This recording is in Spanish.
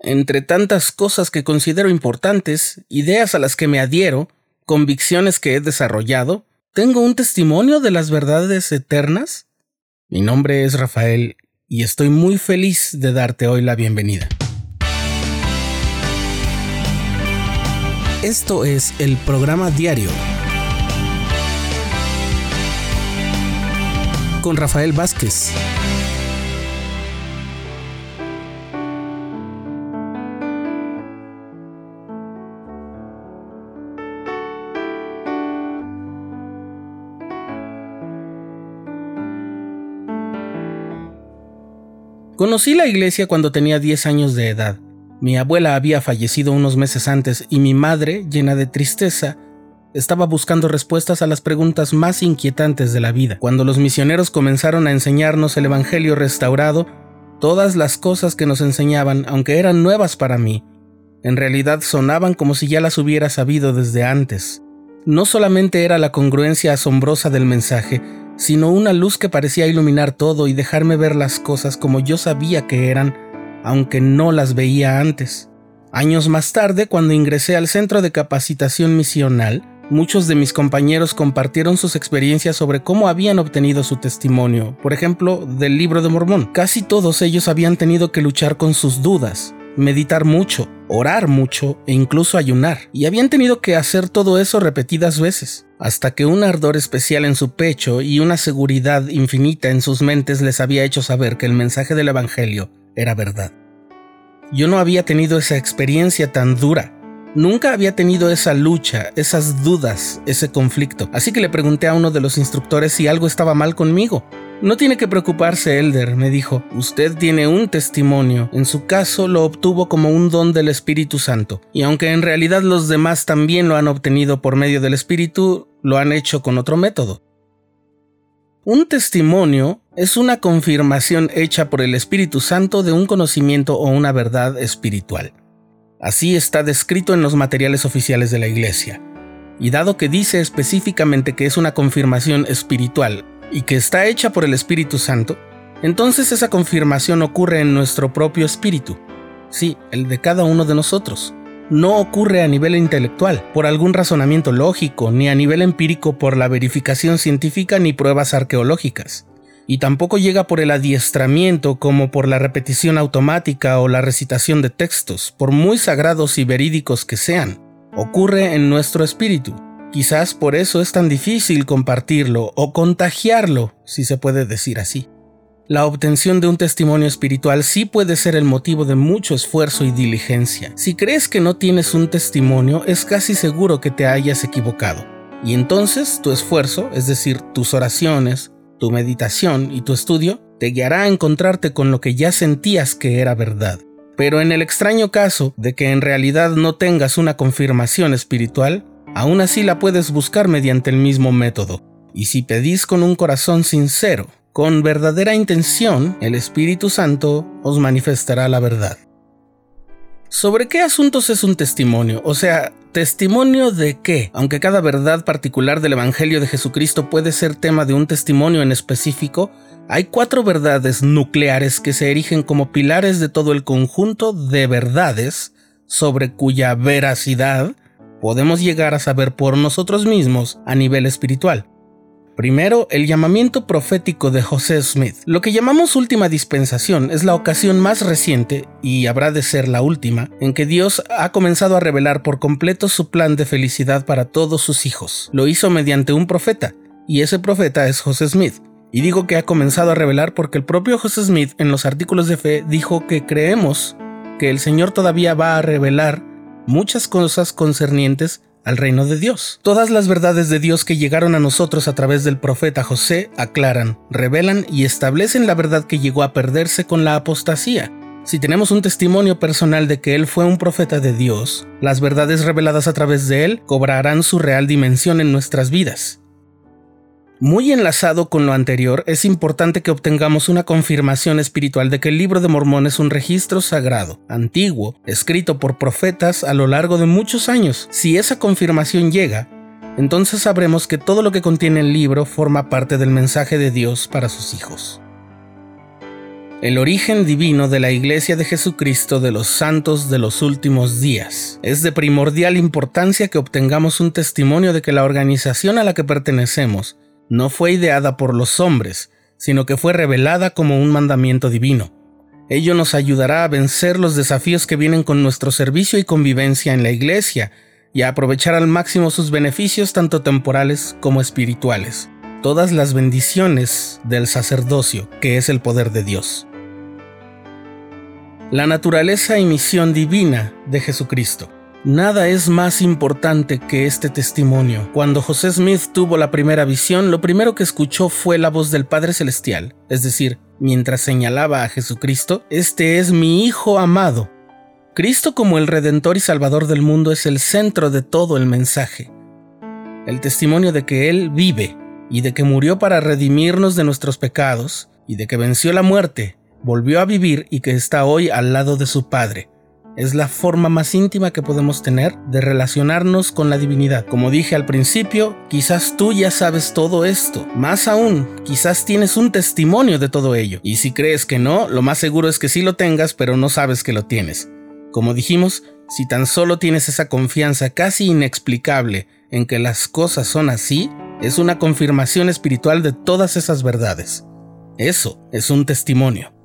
Entre tantas cosas que considero importantes, ideas a las que me adhiero, convicciones que he desarrollado, ¿tengo un testimonio de las verdades eternas? Mi nombre es Rafael y estoy muy feliz de darte hoy la bienvenida. Esto es el programa diario con Rafael Vázquez. Conocí la iglesia cuando tenía 10 años de edad. Mi abuela había fallecido unos meses antes y mi madre, llena de tristeza, estaba buscando respuestas a las preguntas más inquietantes de la vida. Cuando los misioneros comenzaron a enseñarnos el evangelio restaurado, todas las cosas que nos enseñaban, aunque eran nuevas para mí, en realidad sonaban como si ya las hubiera sabido desde antes. No solamente era la congruencia asombrosa del mensaje, sino una luz que parecía iluminar todo y dejarme ver las cosas como yo sabía que eran, aunque no las veía antes. Años más tarde, cuando ingresé al Centro de Capacitación Misional, muchos de mis compañeros compartieron sus experiencias sobre cómo habían obtenido su testimonio, por ejemplo, del Libro de Mormón. Casi todos ellos habían tenido que luchar con sus dudas, meditar mucho, orar mucho e incluso ayunar, y habían tenido que hacer todo eso repetidas veces, hasta que un ardor especial en su pecho y una seguridad infinita en sus mentes les había hecho saber que el mensaje del evangelio era verdad. Yo no había tenido esa experiencia tan dura. Nunca había tenido esa lucha, esas dudas, ese conflicto. Así que le pregunté a uno de los instructores si algo estaba mal conmigo. No tiene que preocuparse, Elder, me dijo. Usted tiene un testimonio. En su caso lo obtuvo como un don del Espíritu Santo. Y aunque en realidad los demás también lo han obtenido por medio del Espíritu, lo han hecho con otro método. Un testimonio es una confirmación hecha por el Espíritu Santo de un conocimiento o una verdad espiritual. Así está descrito en los materiales oficiales de la Iglesia. Y dado que dice específicamente que es una confirmación espiritual y que está hecha por el Espíritu Santo, entonces esa confirmación ocurre en nuestro propio espíritu. Sí, el de cada uno de nosotros. No ocurre a nivel intelectual, por algún razonamiento lógico, ni a nivel empírico por la verificación científica ni pruebas arqueológicas. Y tampoco llega por el adiestramiento como por la repetición automática o la recitación de textos, por muy sagrados y verídicos que sean. Ocurre en nuestro espíritu. Quizás por eso es tan difícil compartirlo o contagiarlo, si se puede decir así. La obtención de un testimonio espiritual sí puede ser el motivo de mucho esfuerzo y diligencia. Si crees que no tienes un testimonio, es casi seguro que te hayas equivocado. Y entonces tu esfuerzo, es decir, tus oraciones, tu meditación y tu estudio, te guiará a encontrarte con lo que ya sentías que era verdad. Pero en el extraño caso de que en realidad no tengas una confirmación espiritual, aún así la puedes buscar mediante el mismo método. Y si pedís con un corazón sincero, con verdadera intención, el Espíritu Santo os manifestará la verdad. ¿Sobre qué asuntos es un testimonio? O sea, ¿testimonio de qué? Aunque cada verdad particular del Evangelio de Jesucristo puede ser tema de un testimonio en específico, hay 4 verdades nucleares que se erigen como pilares de todo el conjunto de verdades sobre cuya veracidad podemos llegar a saber por nosotros mismos a nivel espiritual. Primero, el llamamiento profético de José Smith. Lo que llamamos última dispensación es la ocasión más reciente, y habrá de ser la última, en que Dios ha comenzado a revelar por completo su plan de felicidad para todos sus hijos. Lo hizo mediante un profeta, y ese profeta es José Smith. Y digo que ha comenzado a revelar porque el propio José Smith en los artículos de fe dijo que creemos que el Señor todavía va a revelar muchas cosas concernientes al reino de Dios. Todas las verdades de Dios que llegaron a nosotros a través del profeta José aclaran, revelan y establecen la verdad que llegó a perderse con la apostasía. Si tenemos un testimonio personal de que él fue un profeta de Dios, las verdades reveladas a través de él cobrarán su real dimensión en nuestras vidas. Muy enlazado con lo anterior, es importante que obtengamos una confirmación espiritual de que el Libro de Mormón es un registro sagrado, antiguo, escrito por profetas a lo largo de muchos años. Si esa confirmación llega, entonces sabremos que todo lo que contiene el libro forma parte del mensaje de Dios para sus hijos. El origen divino de la Iglesia de Jesucristo de los Santos de los Últimos Días. Es de primordial importancia que obtengamos un testimonio de que la organización a la que pertenecemos no fue ideada por los hombres, sino que fue revelada como un mandamiento divino. Ello nos ayudará a vencer los desafíos que vienen con nuestro servicio y convivencia en la Iglesia y a aprovechar al máximo sus beneficios tanto temporales como espirituales. Todas las bendiciones del sacerdocio, que es el poder de Dios. La naturaleza y misión divina de Jesucristo. Nada es más importante que este testimonio. Cuando José Smith tuvo la primera visión, lo primero que escuchó fue la voz del Padre Celestial, es decir, mientras señalaba a Jesucristo, «Este es mi Hijo amado». Cristo como el Redentor y Salvador del mundo es el centro de todo el mensaje. El testimonio de que Él vive, y de que murió para redimirnos de nuestros pecados, y de que venció la muerte, volvió a vivir y que está hoy al lado de su Padre. Es la forma más íntima que podemos tener de relacionarnos con la divinidad. Como dije al principio, quizás tú ya sabes todo esto. Más aún, quizás tienes un testimonio de todo ello. Y si crees que no, lo más seguro es que sí lo tengas, pero no sabes que lo tienes. Como dijimos, si tan solo tienes esa confianza casi inexplicable en que las cosas son así, es una confirmación espiritual de todas esas verdades. Eso es un testimonio.